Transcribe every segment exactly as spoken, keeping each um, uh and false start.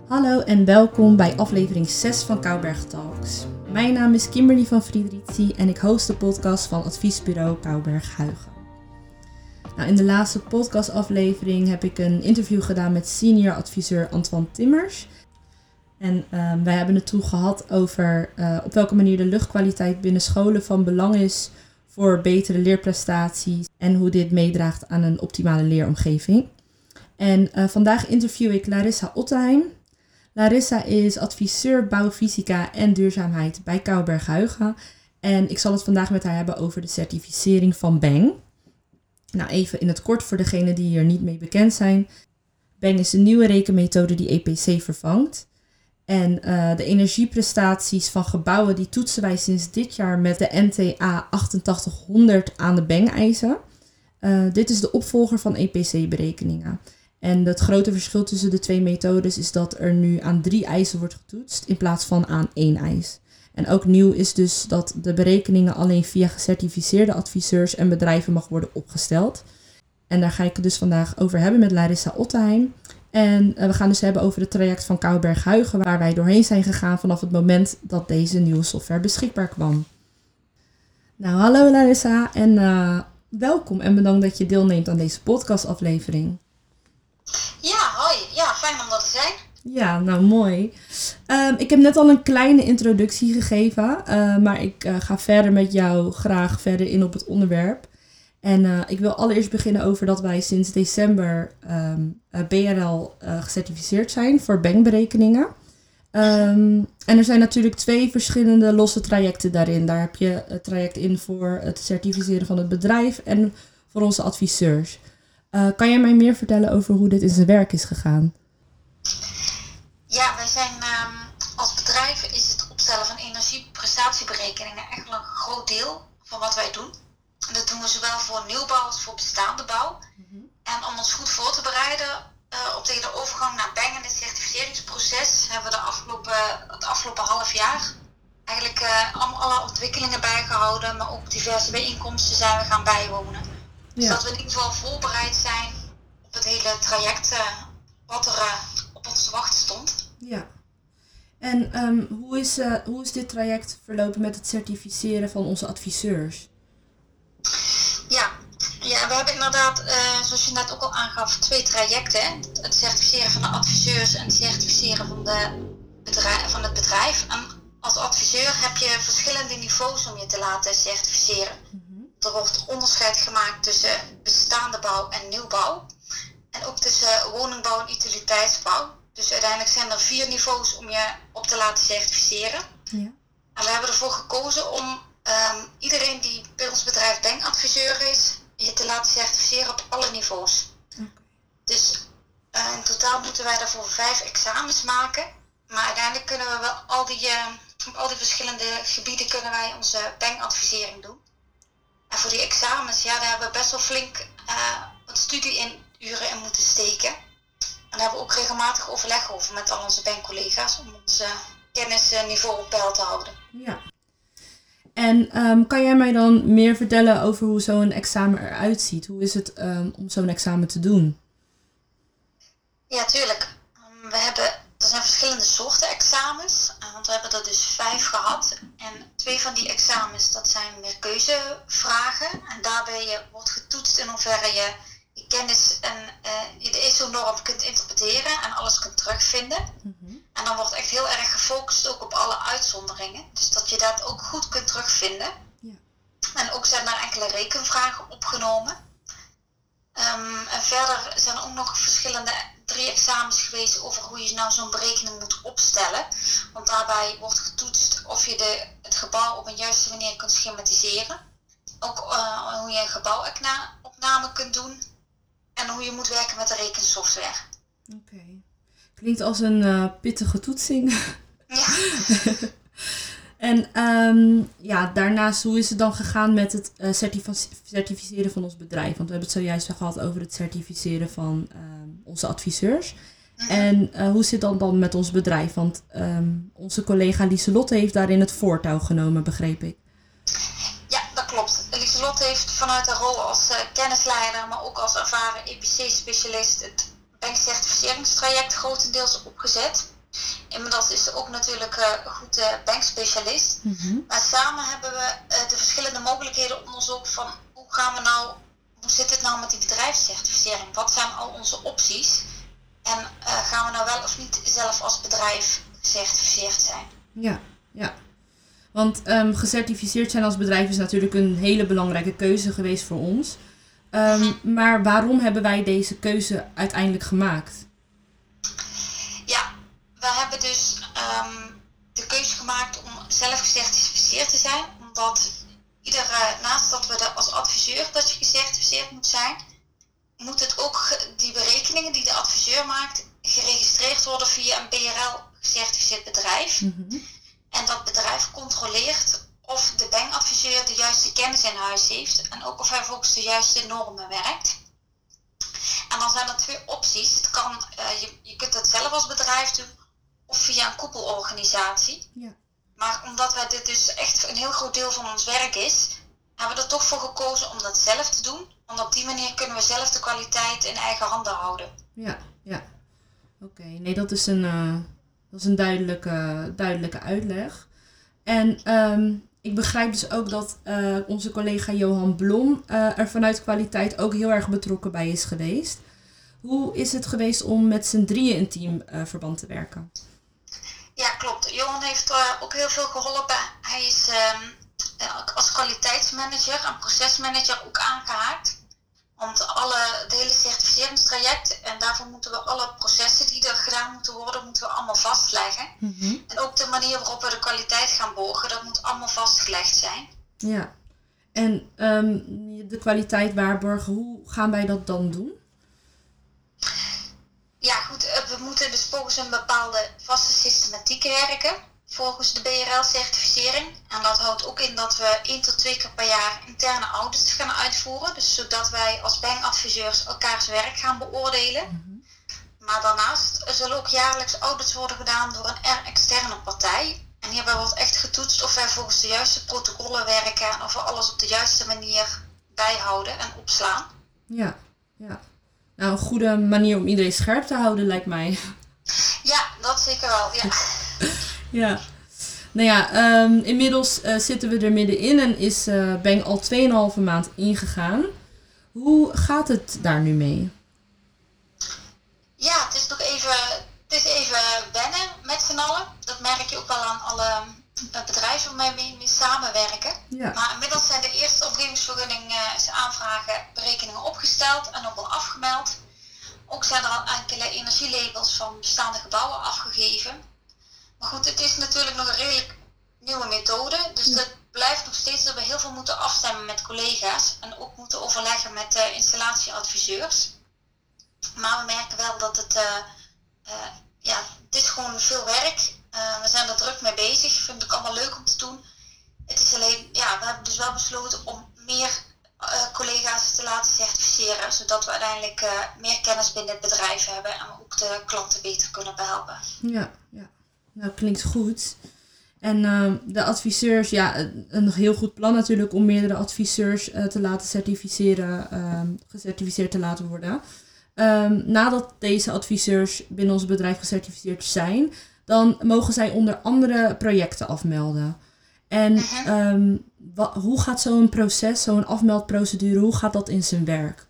Hallo en welkom bij aflevering zes van Kouberg Talks. Mijn naam is Kimberly van Friedrichsie en ik host de podcast van adviesbureau Kouberg Huygen. Nou, in de laatste podcastaflevering heb ik een interview gedaan met senior adviseur Antoine Timmers. En uh, wij hebben het toen gehad over uh, op welke manier de luchtkwaliteit binnen scholen van belang is voor betere leerprestaties en hoe dit meedraagt aan een optimale leeromgeving. En uh, vandaag interview ik Larissa Ottenheim. Larissa is adviseur bouwfysica en duurzaamheid bij Kouberg Huygen. En ik zal het vandaag met haar hebben over de certificering van B E N G. Nou, even in het kort voor degenen die hier niet mee bekend zijn. B E N G is een nieuwe rekenmethode die E P C vervangt. En uh, de energieprestaties van gebouwen die toetsen wij sinds dit jaar met de N T A achtentachtig honderd aan de B E N G-eisen. Uh, dit is de opvolger van E P C-berekeningen. En het grote verschil tussen de twee methodes is dat er nu aan drie eisen wordt getoetst in plaats van aan één eis. En ook nieuw is dus dat de berekeningen alleen via gecertificeerde adviseurs en bedrijven mag worden opgesteld. En daar ga ik het dus vandaag over hebben met Larissa Ottenheim. En uh, we gaan dus hebben over het traject van Kouberg Huygen, waar wij doorheen zijn gegaan vanaf het moment dat deze nieuwe software beschikbaar kwam. Nou, hallo Larissa en uh, welkom en bedankt dat je deelneemt aan deze podcastaflevering. Ja, hoi. Ja, fijn om dat te zijn. Ja, nou mooi. Um, ik heb net al een kleine introductie gegeven, uh, maar ik uh, ga verder met jou graag verder in op het onderwerp. En uh, ik wil allereerst beginnen over dat wij sinds december um, uh, B R L uh, gecertificeerd zijn voor B E N G-berekeningen. Um, en er zijn natuurlijk twee verschillende losse trajecten daarin. Daar heb je het traject in voor het certificeren van het bedrijf en voor onze adviseurs. Uh, kan jij mij meer vertellen over hoe dit in zijn werk is gegaan? Ja, wij zijn um, als bedrijf is het opstellen van energieprestatieberekeningen echt wel een groot deel van wat wij doen. En dat doen we zowel voor nieuwbouw als voor bestaande bouw. Mm-hmm. En om ons goed voor te bereiden uh, op tegen de overgang naar B E N G en het certificeringsproces hebben we de afgelopen, het afgelopen half jaar eigenlijk uh, alle ontwikkelingen bijgehouden, maar ook diverse bijeenkomsten zijn we gaan bijwonen. Ja. Dus dat we in ieder geval voorbereid zijn op het hele traject uh, wat er uh, op ons te wachten stond. Ja. En um, hoe, is, uh, hoe is dit traject verlopen met het certificeren van onze adviseurs? Ja, ja we hebben inderdaad, uh, zoals je net ook al aangaf, twee trajecten. Hè? Het certificeren van de adviseurs en het certificeren van, de bedrijf, van het bedrijf. En als adviseur heb je verschillende niveaus om je te laten certificeren. Er wordt onderscheid gemaakt tussen bestaande bouw en nieuwbouw. En ook tussen woningbouw en utiliteitsbouw. Dus uiteindelijk zijn er vier niveaus om je op te laten certificeren. Ja. En we hebben ervoor gekozen om um, iedereen die bij ons bedrijf B E N G-adviseur is, je te laten certificeren op alle niveaus. Okay. Dus uh, in totaal moeten wij daarvoor vijf examens maken. Maar uiteindelijk kunnen we wel al die, uh, op al die verschillende gebieden kunnen wij onze B E N G-advisering doen. En voor die examens, ja, daar hebben we best wel flink uh, wat studieuren in moeten steken. En daar hebben we ook regelmatig overleg over met al onze B E N G-collega's om ons uh, kennisniveau op peil te houden. Ja. En um, kan jij mij dan meer vertellen over hoe zo'n examen eruit ziet? Hoe is het um, om zo'n examen te doen? Ja, tuurlijk. Um, we hebben, er zijn verschillende soorten examens, uh, want we hebben er dus vijf gehad. En twee van die examens, dat zijn meerkeuzevragen. En daarbij wordt getoetst in hoeverre je je kennis en uh, de I S O-norm kunt interpreteren en alles kunt terugvinden. Mm-hmm. En dan wordt echt heel erg gefocust ook op alle uitzonderingen. Dus dat je dat ook goed kunt terugvinden. Yeah. En ook zijn er enkele rekenvragen opgenomen. Um, en verder zijn er ook nog verschillende drie examens geweest over hoe je nou zo'n berekening moet opstellen. Want daarbij wordt getoetst of je de, het gebouw op een juiste manier kunt schematiseren. Ook uh, hoe je een gebouwopname kunt doen. En hoe je moet werken met de rekensoftware. Oké. Okay. Klinkt als een uh, pittige toetsing. Ja. En um, ja, daarnaast, hoe is het dan gegaan met het uh, certific- certificeren van ons bedrijf? Want we hebben het zojuist gehad over het certificeren van um, onze adviseurs. Mm-hmm. En uh, hoe zit het dan, dan met ons bedrijf? Want um, onze collega Lieselotte heeft daarin het voortouw genomen, begreep ik. Ja, dat klopt. Lieselotte heeft vanuit haar rol als uh, kennisleider, maar ook als ervaren E P C-specialist het B E N G-certificeringstraject grotendeels opgezet. Inmiddels is ze ook natuurlijk uh, een goede bankspecialist. Mm-hmm. Maar samen hebben we uh, de verschillende mogelijkheden onderzocht van hoe gaan we nou, hoe zit het nou met die bedrijfscertificering? Wat zijn al onze opties? En uh, gaan we nou wel of niet zelf als bedrijf gecertificeerd zijn? Ja, ja. Want um, gecertificeerd zijn als bedrijf is natuurlijk een hele belangrijke keuze geweest voor ons. Um, mm-hmm. Maar waarom hebben wij deze keuze uiteindelijk gemaakt? Ja, we hebben dus um, de keuze gemaakt om zelf gecertificeerd te zijn. Omdat iedere, naast dat we de, als adviseur dat je gecertificeerd moet zijn, moet het ook die berekeningen die de adviseur maakt geregistreerd worden via een B R L gecertificeerd bedrijf. Mm-hmm. En dat bedrijf controleert of de bankadviseur de juiste kennis in huis heeft en ook of hij volgens de juiste normen werkt. En dan zijn er twee opties. Het kan, uh, je, je kunt het zelf als bedrijf doen of via een koepelorganisatie. Ja. Maar omdat wij dit dus echt een heel groot deel van ons werk is, hebben we er toch voor gekozen om dat zelf te doen. Want op die manier kunnen we zelf de kwaliteit in eigen handen houden. Ja, ja. Oké, okay. Nee, dat is een, uh, dat is een duidelijke, duidelijke uitleg. En um, ik begrijp dus ook dat uh, onze collega Johan Blom uh, er vanuit kwaliteit ook heel erg betrokken bij is geweest. Hoe is het geweest om met z'n drieën in teamverband uh, te werken? Ja, klopt. Johan heeft uh, ook heel veel geholpen. Hij is uh, als kwaliteitsmanager en procesmanager ook aangehaakt. Want alle, het hele certificeringstraject, en daarvoor moeten we alle processen die er gedaan moeten worden, moeten we allemaal vastleggen. Mm-hmm. En ook de manier waarop we de kwaliteit gaan borgen, dat moet allemaal vastgelegd zijn. Ja, en um, de kwaliteit waarborgen, hoe gaan wij dat dan doen? Ja goed, we moeten dus volgens een bepaalde vaste systematiek werken. Volgens de B R L-certificering. En dat houdt ook in dat we één tot twee keer per jaar interne audits gaan uitvoeren. Dus zodat wij als bankadviseurs elkaars werk gaan beoordelen. Mm-hmm. Maar daarnaast zullen ook jaarlijks audits worden gedaan door een externe partij. En hierbij wordt echt getoetst of wij volgens de juiste protocollen werken. En of we alles op de juiste manier bijhouden en opslaan. Ja, ja. Nou, een goede manier om iedereen scherp te houden lijkt mij. Ja, dat zeker wel, ja. Ja, nou ja, um, inmiddels uh, zitten we er middenin en is uh, Bank al twee komma vijf maand ingegaan. Hoe gaat het daar nu mee? Ja, het is nog even, het is even wennen met z'n allen. Dat merk je ook wel aan alle uh, bedrijven waarmee we mee samenwerken. Ja. Maar inmiddels zijn de eerste omgevingsvergunning uh, aanvragen berekeningen opgesteld en ook al afgemeld. Ook zijn er al enkele energielabels van bestaande gebouwen afgegeven. Maar goed, het is natuurlijk nog een redelijk nieuwe methode. Dus ja. Het blijft nog steeds dat we heel veel moeten afstemmen met collega's. En ook moeten overleggen met uh, installatieadviseurs. Maar we merken wel dat het, uh, uh, ja, het is gewoon veel werk. Uh, we zijn er druk mee bezig. Ik vind het ook allemaal leuk om te doen. Het is alleen, ja, we hebben dus wel besloten om meer uh, collega's te laten certificeren. Zodat we uiteindelijk uh, meer kennis binnen het bedrijf hebben. En we ook de klanten beter kunnen behelpen. Ja, ja. Nou, klinkt goed. En uh, de adviseurs, ja, een, een heel goed plan natuurlijk om meerdere adviseurs uh, te laten certificeren, uh, gecertificeerd te laten worden. Um, nadat deze adviseurs binnen ons bedrijf gecertificeerd zijn, dan mogen zij onder andere projecten afmelden. En um, wa- hoe gaat zo'n proces, zo'n afmeldprocedure, hoe gaat dat in zijn werk?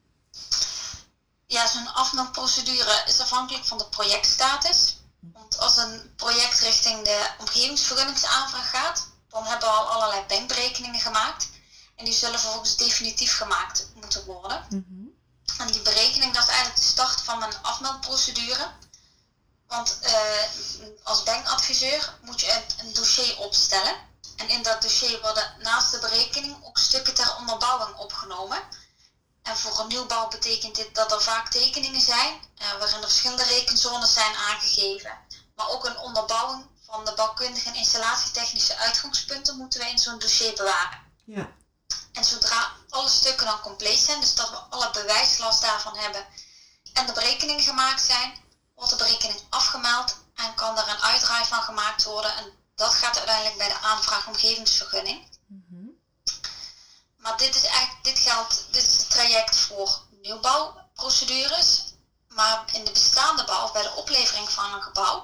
Ja, zo'n afmeldprocedure is afhankelijk van de projectstatus. Want als een project richting de omgevingsvergunningsaanvraag gaat, dan hebben we al allerlei bankberekeningen gemaakt. En die zullen vervolgens definitief gemaakt moeten worden. Mm-hmm. En die berekening, dat is eigenlijk de start van een afmeldprocedure. Want uh, als bankadviseur moet je een, een dossier opstellen. En in dat dossier worden naast de berekening ook stukken ter onderbouwing opgenomen. En voor een nieuwbouw betekent dit dat er vaak tekeningen zijn, uh, waarin er verschillende rekenzones zijn aangegeven. Maar ook een onderbouwing van de bouwkundige en installatietechnische uitgangspunten moeten we in zo'n dossier bewaren. Ja. En zodra alle stukken dan compleet zijn, dus dat we alle bewijslast daarvan hebben en de berekeningen gemaakt zijn, wordt de berekening afgemeld en kan er een uitdraai van gemaakt worden. En dat gaat uiteindelijk bij de aanvraag omgevingsvergunning. Mm-hmm. Maar dit is eigenlijk, dit geldt, dit is het traject voor nieuwbouwprocedures. Maar in de bestaande bouw, bij de oplevering van een gebouw,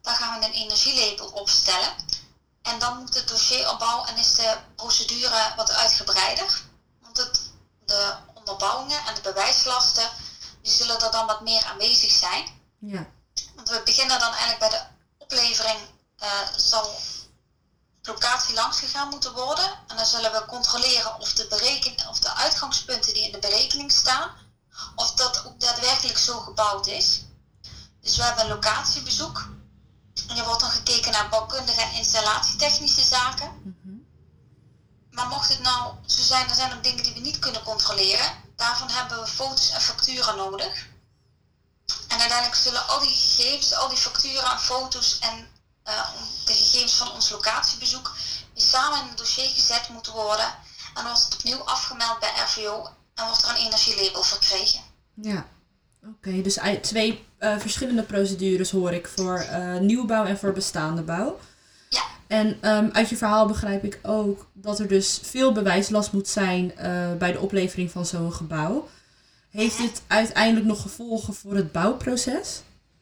dan gaan we een energielabel opstellen. En dan moet het dossieropbouw en is de procedure wat uitgebreider. Want het, de onderbouwingen en de bewijslasten, die zullen er dan wat meer aanwezig zijn. Ja. Want we beginnen dan eigenlijk bij de oplevering, uh, zal de locatie langs gegaan moeten worden. En dan zullen we controleren of de, bereken, of de uitgangspunten die in de berekening staan, of dat ook daadwerkelijk zo gebouwd is. Dus we hebben een locatiebezoek. En er wordt dan gekeken naar bouwkundige en installatietechnische zaken. Mm-hmm. Maar mocht het nou zo zijn, er zijn ook dingen die we niet kunnen controleren. Daarvan hebben we foto's en facturen nodig. En uiteindelijk zullen al die gegevens, al die facturen en foto's en uh, de gegevens van ons locatiebezoek samen in het dossier gezet moeten worden. En dan wordt het opnieuw afgemeld bij R V O en wordt er een energielabel verkregen. Ja, oké. Okay, dus twee uh, verschillende procedures hoor ik voor uh, nieuwbouw en voor bestaande bouw. Ja. En um, uit je verhaal begrijp ik ook dat er dus veel bewijslast moet zijn uh, bij de oplevering van zo'n gebouw. Heeft dit uiteindelijk nog gevolgen voor het bouwproces?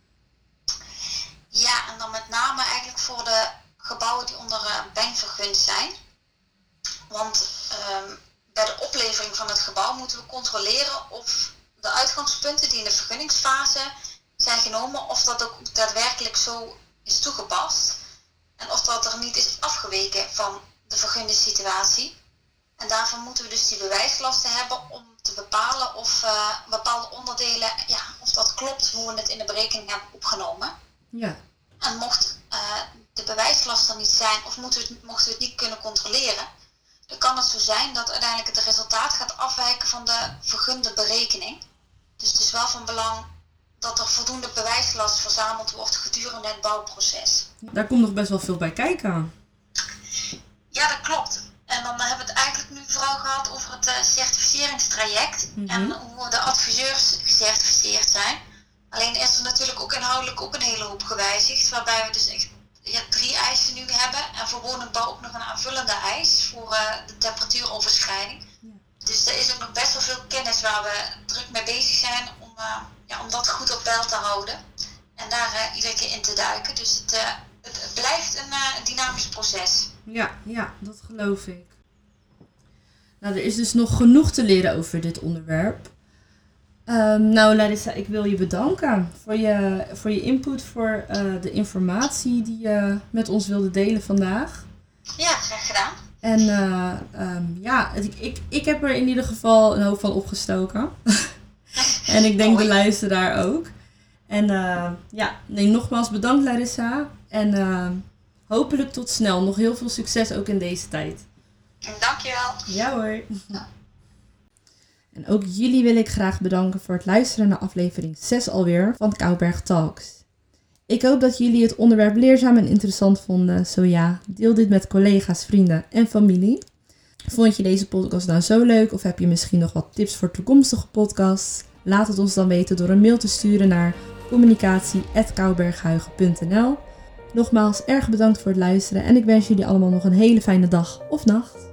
Ja, en dan met name eigenlijk voor de gebouwen die onder uh, B E N vergund zijn. Want um, bij de oplevering van het gebouw moeten we controleren of de uitgangspunten die in de vergunningsfase zijn genomen, of dat ook daadwerkelijk zo is toegepast. En of dat er niet is afgeweken van de vergunde situatie. En daarvoor moeten we dus die bewijslasten hebben om te bepalen of uh, bepaalde onderdelen, ja, of dat klopt hoe we het in de berekening hebben opgenomen. Ja. En mocht uh, de bewijslast er niet zijn of moeten we het, mochten we het niet kunnen controleren, dan kan het zo zijn dat uiteindelijk het resultaat gaat afwijken van de vergunde berekening. Dus het is wel van belang dat er voldoende bewijslast verzameld wordt gedurende het bouwproces. Daar komt nog best wel veel bij kijken. Ja, dat klopt. En dan hebben we het eigenlijk nu vooral gehad over het uh, certificeringstraject. Mm-hmm. En hoe de adviseurs gecertificeerd zijn. Alleen is er natuurlijk ook inhoudelijk ook een hele hoop gewijzigd. Waarbij we dus echt ja, drie eisen nu hebben. En voor woningbouw ook nog een aanvullende eis voor uh, de temperatuuroverschrijding. Ja. Dus er is ook nog best wel veel kennis waar we druk mee bezig zijn om, uh, ja, om dat goed op peil te houden. En daar uh, iedere keer in te duiken. Dus het, uh, het, het blijft een uh, dynamisch proces. Ja, ja, dat geloof ik. Nou, er is dus nog genoeg te leren over dit onderwerp. Um, nou, Larissa, ik wil je bedanken voor je, voor je input, voor uh, de informatie die je met ons wilde delen vandaag. Ja, graag gedaan. En uh, um, ja, ik, ik, ik heb er in ieder geval een hoop van opgestoken. En ik denk de luisteraar ook. En uh, ja, nee, nogmaals bedankt Larissa. En uh, hopelijk tot snel. Nog heel veel succes ook in deze tijd. Dankjewel. Ja hoor. Ja. En ook jullie wil ik graag bedanken voor het luisteren naar aflevering zes alweer van Kouberg Talks. Ik hoop dat jullie het onderwerp leerzaam en interessant vonden. Zo ja, deel dit met collega's, vrienden en familie. Vond je deze podcast nou zo leuk of heb je misschien nog wat tips voor toekomstige podcasts? Laat het ons dan weten door een mail te sturen naar communicatie at kouberghuigen punt n l. Nogmaals, erg bedankt voor het luisteren en ik wens jullie allemaal nog een hele fijne dag of nacht.